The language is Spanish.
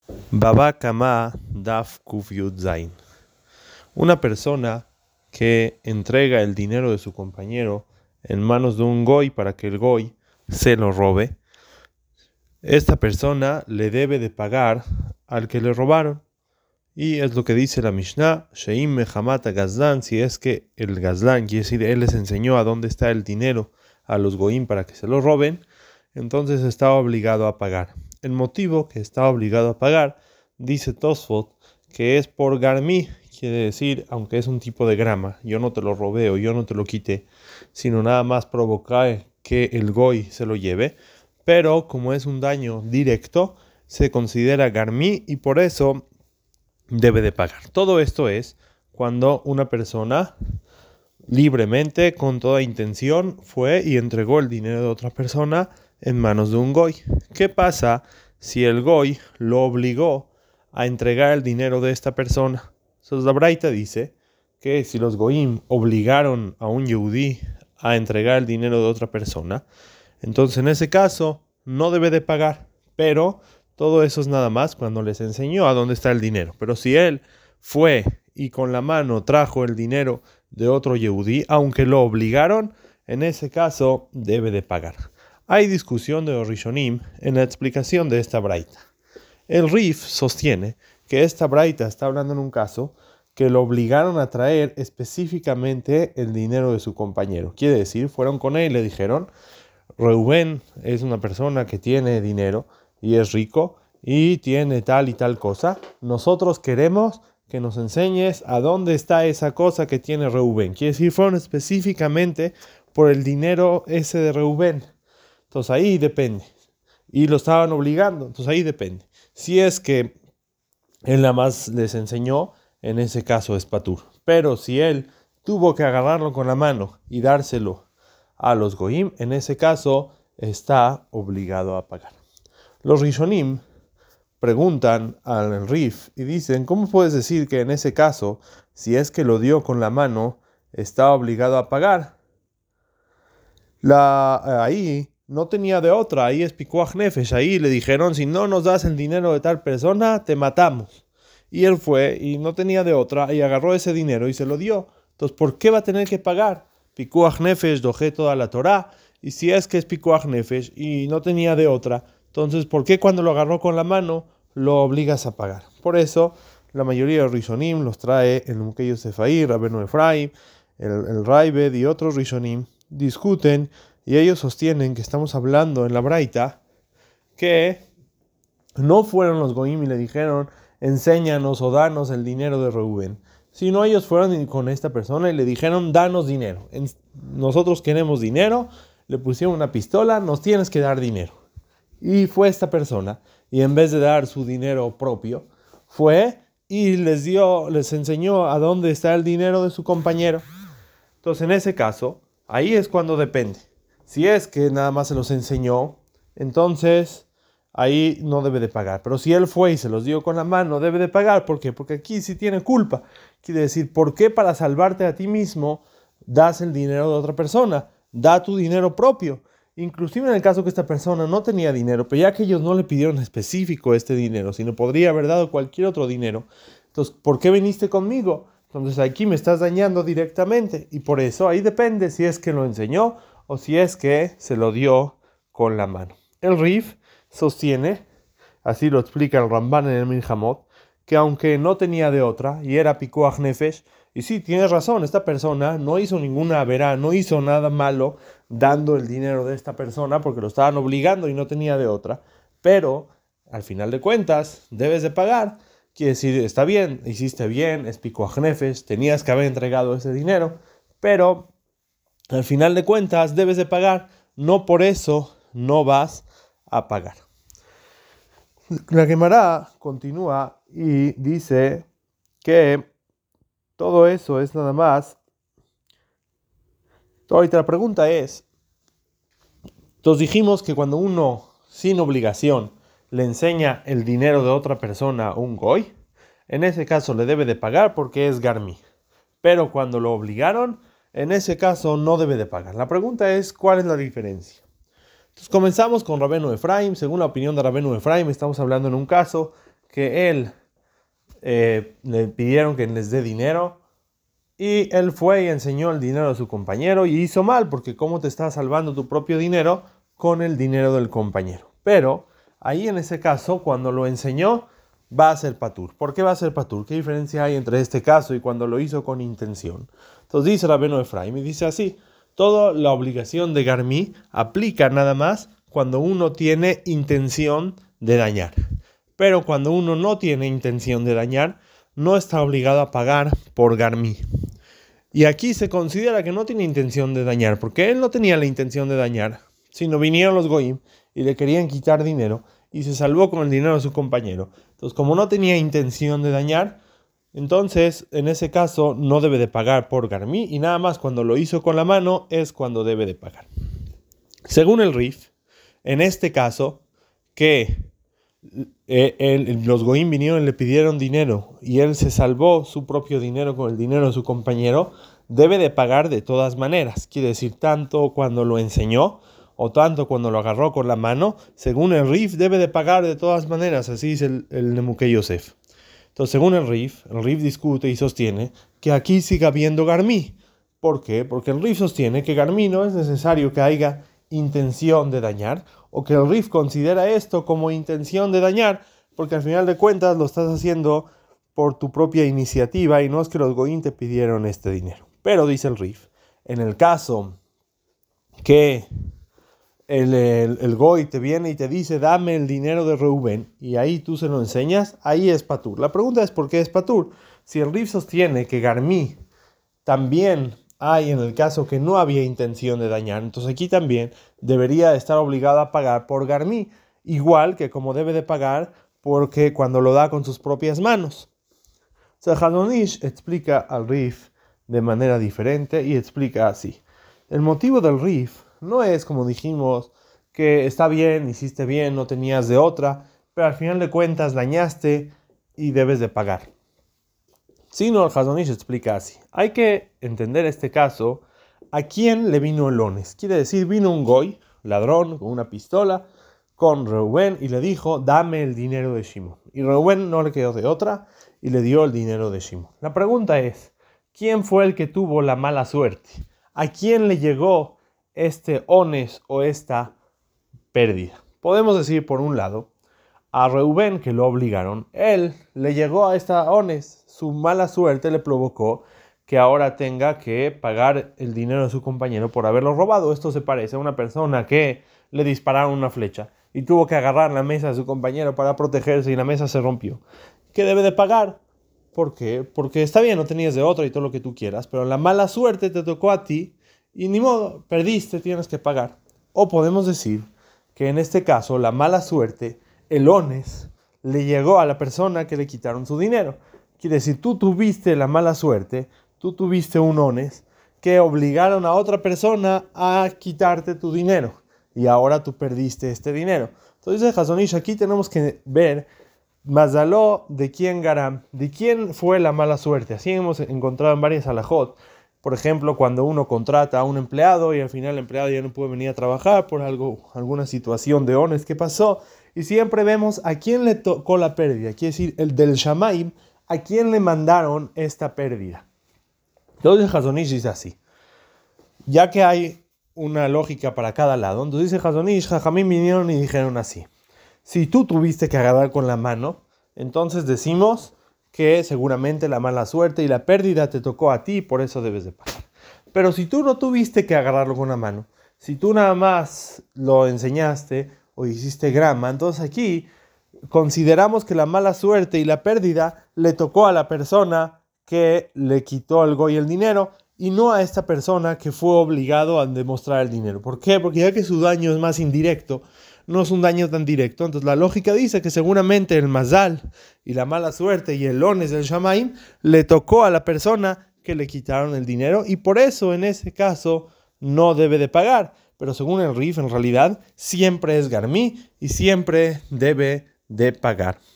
Baba Kama Daf Kuf Yud Zain. Una persona que entrega el dinero de su compañero en manos de un goy para que el goy se lo robe, esta persona le debe de pagar al que le robaron. Y es lo que dice la Mishnah, Sheim Mehamata Gazlan, si es que el Gazlan, quiere decir, él les enseñó a dónde está el dinero a los goyim para que se lo roben, entonces estaba obligado a pagar. El motivo que está obligado a pagar, dice Tosfot, que es por Garmi, quiere decir, aunque es un tipo de grama, yo no te lo robé o yo no te lo quité, sino nada más provocar que el goy se lo lleve, pero como es un daño directo, se considera Garmi y por eso debe de pagar. Todo esto es cuando una persona libremente, con toda intención, fue y entregó el dinero de otra persona en manos de un goy. ¿Qué pasa si el goy lo obligó a entregar el dinero de esta persona? Entonces la Braita dice que si los goyim obligaron a un yehudí a entregar el dinero de otra persona, entonces en ese caso no debe de pagar, pero todo eso es nada más cuando les enseñó a dónde está el dinero. Pero si él fue y con la mano trajo el dinero de otro yehudí, aunque lo obligaron, en ese caso debe de pagar. Hay discusión de los Rishonim en la explicación de esta braita. El Rif sostiene que esta braita está hablando en un caso que lo obligaron a traer específicamente el dinero de su compañero. Quiere decir, fueron con él y le dijeron, Reuben es una persona que tiene dinero y es rico y tiene tal y tal cosa. Nosotros queremos que nos enseñes a dónde está esa cosa que tiene Reuben. Quiere decir, fueron específicamente por el dinero ese de Reuben. Entonces ahí depende. Y lo estaban obligando. Entonces ahí depende. Si es que él nada más les enseñó, en ese caso es patur. Pero si él tuvo que agarrarlo con la mano y dárselo a los goyim, en ese caso está obligado a pagar. Los Rishonim preguntan al Rif y dicen, ¿cómo puedes decir que en ese caso, si es que lo dio con la mano, está obligado a pagar? Ahí no tenía de otra, ahí es pikuach nefesh, ahí le dijeron, si no nos das el dinero de tal persona, te matamos. Y él fue y no tenía de otra y agarró ese dinero y se lo dio. Entonces, ¿por qué va a tener que pagar? Pikuach nefesh, dojé toda la Torá, y si es que es pikuach nefesh y no tenía de otra, entonces, ¿por qué cuando lo agarró con la mano lo obligas a pagar? Por eso, la mayoría de los Rishonim los trae el Mukeyo Sefaí, Rabenu Efraim, el Raibed y otros Rishonim discuten y ellos sostienen que estamos hablando en la Braita que no fueron los Goim y le dijeron enséñanos o danos el dinero de Reuben, sino ellos fueron con esta persona y le dijeron danos dinero, nosotros queremos dinero, le pusieron una pistola, nos tienes que dar dinero. Y fue esta persona y en vez de dar su dinero propio, fue y les enseñó a dónde está el dinero de su compañero. Entonces en ese caso, ahí es cuando depende. Si es que nada más se los enseñó, entonces ahí no debe de pagar. Pero si él fue y se los dio con la mano, debe de pagar. ¿Por qué? Porque aquí sí tiene culpa. Quiere decir, ¿por qué para salvarte a ti mismo das el dinero de otra persona? Da tu dinero propio. Inclusive en el caso que esta persona no tenía dinero, pero ya que ellos no le pidieron específico este dinero, sino podría haber dado cualquier otro dinero, entonces, ¿por qué viniste conmigo? Entonces aquí me estás dañando directamente y por eso ahí depende si es que lo enseñó o si es que se lo dio con la mano. El Rif sostiene, así lo explica el Ramban en el Minhamot, que aunque no tenía de otra y era pikuach nefesh, y sí, tienes razón, esta persona no hizo ninguna verá, no hizo nada malo dando el dinero de esta persona porque lo estaban obligando y no tenía de otra, pero al final de cuentas debes de pagar. Quiere decir, está bien, hiciste bien, es pikuach nefesh, tenías que haber entregado ese dinero, pero al final de cuentas debes de pagar, no por eso no vas a pagar. La Gemara continúa y dice que todo eso es nada más. Ahorita la pregunta es, entonces dijimos que cuando uno sin obligación le enseña el dinero de otra persona a un goy, en ese caso le debe de pagar porque es garmi. Pero cuando lo obligaron, en ese caso no debe de pagar. La pregunta es, ¿cuál es la diferencia? Entonces comenzamos con Rabenu Efraim. Según la opinión de Rabenu Efraim, estamos hablando en un caso que él le pidieron que les dé dinero y él fue y enseñó el dinero a su compañero y hizo mal, porque ¿cómo te estás salvando tu propio dinero con el dinero del compañero? Pero ahí en ese caso, cuando lo enseñó, va a ser patur. ¿Por qué va a ser patur? ¿Qué diferencia hay entre este caso y cuando lo hizo con intención? Entonces dice Rabbeinu Efraim y dice así: toda la obligación de Garmí aplica nada más cuando uno tiene intención de dañar. Pero cuando uno no tiene intención de dañar, no está obligado a pagar por Garmí. Y aquí se considera que no tiene intención de dañar, porque él no tenía la intención de dañar, sino vinieron los goyim y le querían quitar dinero y se salvó con el dinero de su compañero. Entonces, como no tenía intención de dañar, entonces en ese caso no debe de pagar por Garmí y nada más cuando lo hizo con la mano es cuando debe de pagar. Según el Rif, en este caso, que los goyim vinieron y le pidieron dinero y él se salvó su propio dinero con el dinero de su compañero, debe de pagar de todas maneras. Quiere decir, tanto cuando lo enseñó o tanto cuando lo agarró con la mano, según el Rif debe de pagar de todas maneras. Así dice el Nemukei Yosef. Entonces, según el Rif discute y sostiene que aquí siga habiendo Garmí. ¿Por qué? Porque el Rif sostiene que Garmí no es necesario que haya intención de dañar, o que el Rif considera esto como intención de dañar, porque al final de cuentas lo estás haciendo por tu propia iniciativa y no es que los goyim te pidieron este dinero. Pero dice el Rif, en el caso que el goy te viene y te dice dame el dinero de Reubén y ahí tú se lo enseñas, ahí es patur. La pregunta es ¿por qué es patur? Si el Rif sostiene que Garmí también hay en el caso que no había intención de dañar, entonces aquí también debería estar obligado a pagar por Garmí, igual que como debe de pagar porque cuando lo da con sus propias manos. O sea, Hazon Ish explica al Rif de manera diferente y explica así. El motivo del Rif no es, como dijimos, que está bien, hiciste bien, no tenías de otra, pero al final de cuentas dañaste y debes de pagar. Sino el Hazon Ish explica así. Hay que entender este caso, ¿a quién le vino el ones? Quiere decir, vino un goy, ladrón, con una pistola, con Reubén y le dijo, dame el dinero de Shimon. Y Reubén no le quedó de otra y le dio el dinero de Shimon. La pregunta es, ¿quién fue el que tuvo la mala suerte? ¿A quién le llegó este ones o esta pérdida? Podemos decir, por un lado, a Reubén, que lo obligaron, él le llegó a esta ones, su mala suerte le provocó que ahora tenga que pagar el dinero de su compañero por haberlo robado. Esto se parece a una persona que le dispararon una flecha y tuvo que agarrar la mesa de su compañero para protegerse y la mesa se rompió. ¿Qué debe de pagar? ¿Por qué? Porque está bien, no tenías de otra y todo lo que tú quieras, pero la mala suerte te tocó a ti y ni modo, perdiste, tienes que pagar. O podemos decir que en este caso la mala suerte, el ones, le llegó a la persona que le quitaron su dinero. Quiere decir, tú tuviste la mala suerte, tú tuviste un ones que obligaron a otra persona a quitarte tu dinero y ahora tú perdiste este dinero. Entonces, Hazon Ish, aquí tenemos que ver Mazaló de quién garam, de quién fue la mala suerte. Así hemos encontrado en varias halajot. Por ejemplo, cuando uno contrata a un empleado y al final el empleado ya no puede venir a trabajar por alguna situación de ones que pasó. Y siempre vemos a quién le tocó la pérdida. Quiere decir, el del Shamaim, a quién le mandaron esta pérdida. Entonces Hazon Ish dice así. Ya que hay una lógica para cada lado, entonces dice Hazon Ish, Jajamim vinieron y dijeron así. Si tú tuviste que agarrar con la mano, entonces decimos que seguramente la mala suerte y la pérdida te tocó a ti y por eso debes de pagar. Pero si tú no tuviste que agarrarlo con la mano, si tú nada más lo enseñaste o hiciste grama, entonces aquí consideramos que la mala suerte y la pérdida le tocó a la persona que le quitó al goy el dinero y no a esta persona que fue obligado a demostrar el dinero. ¿Por qué? Porque ya que su daño es más indirecto, no es un daño tan directo. Entonces la lógica dice que seguramente el mazal y la mala suerte y el ones del Shamaim le tocó a la persona que le quitaron el dinero y por eso en ese caso no debe de pagar. Pero según el Rif, en realidad siempre es Garmí y siempre debe de pagar.